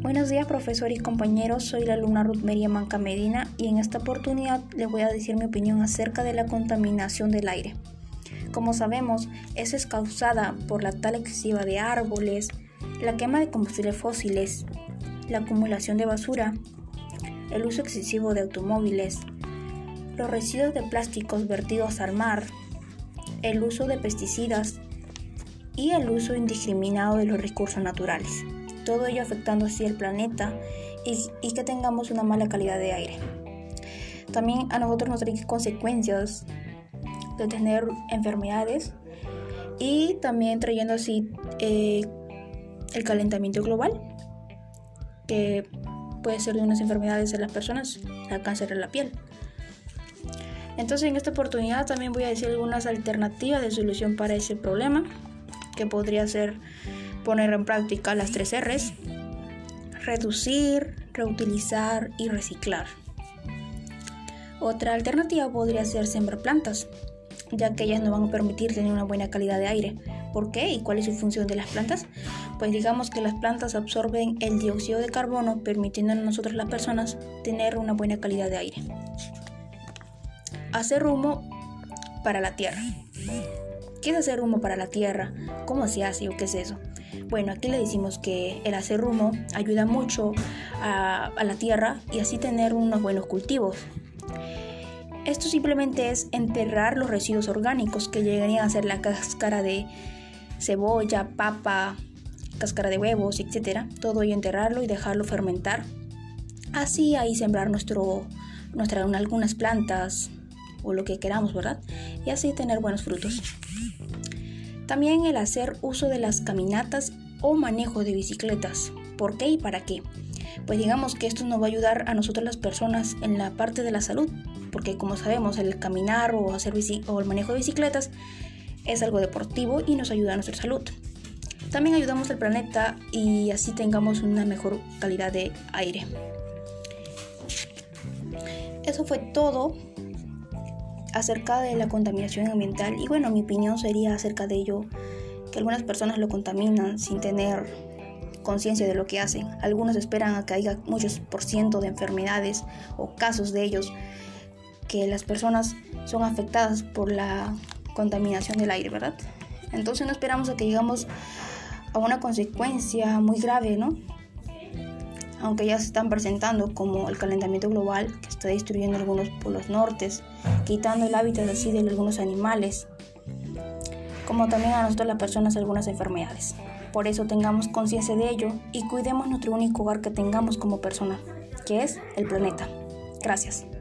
Buenos días, profesor y compañeros, soy la alumna Ruth María Manca Medina y en esta oportunidad les voy a decir mi opinión acerca de la contaminación del aire. Como sabemos, esa es causada por la tala excesiva de árboles, la quema de combustibles fósiles, la acumulación de basura, el uso excesivo de automóviles, los residuos de plásticos vertidos al mar, el uso de pesticidas y el uso indiscriminado de los recursos naturales. Todo ello afectando así el planeta y que tengamos una mala calidad de aire. También a nosotros nos trae consecuencias de tener enfermedades y también trayendo así el calentamiento global, que puede ser de unas enfermedades en las personas, el cáncer de la piel. Entonces en esta oportunidad también voy a decir algunas alternativas de solución para ese problema, que podría ser poner en práctica las 3 R's: reducir, reutilizar y reciclar. Otra alternativa podría ser sembrar plantas, ya que ellas nos van a permitir tener una buena calidad de aire. ¿Por qué? ¿Y cuál es su función de las plantas? Pues digamos que las plantas absorben el dióxido de carbono, permitiendo a nosotros las personas tener una buena calidad de aire. Hacer humo para la tierra. ¿Qué es hacer humo para la tierra? ¿Cómo se hace o qué es eso? Bueno, aquí le decimos que el hacer humo ayuda mucho a la tierra y así tener unos buenos cultivos. Esto simplemente es enterrar los residuos orgánicos que llegarían a ser la cáscara de cebolla, papa, cáscara de huevos, etc. Todo ello enterrarlo y dejarlo fermentar. Así ahí sembrar algunas plantas o lo que queramos, ¿verdad? Y así tener buenos frutos. También el hacer uso de las caminatas o manejo de bicicletas. ¿Por qué y para qué? Pues digamos que esto nos va a ayudar a nosotros las personas en la parte de la salud, porque como sabemos el caminar o el manejo de bicicletas es algo deportivo y nos ayuda a nuestra salud. También ayudamos al planeta y así tengamos una mejor calidad de aire. Eso fue todo acerca de la contaminación ambiental y bueno, mi opinión sería acerca de ello, que algunas personas lo contaminan sin tener conciencia de lo que hacen. Algunos esperan a que haya muchos por ciento de enfermedades o casos de ellos, que las personas son afectadas por la contaminación del aire, ¿verdad? Entonces no esperamos a que llegamos a una consecuencia muy grave, ¿no? Aunque ya se están presentando como el calentamiento global, que está destruyendo algunos polos nortes, quitando el hábitat así de algunos animales, como también a nosotros las personas algunas enfermedades. Por eso tengamos conciencia de ello y cuidemos nuestro único hogar que tengamos como persona, que es el planeta. Gracias.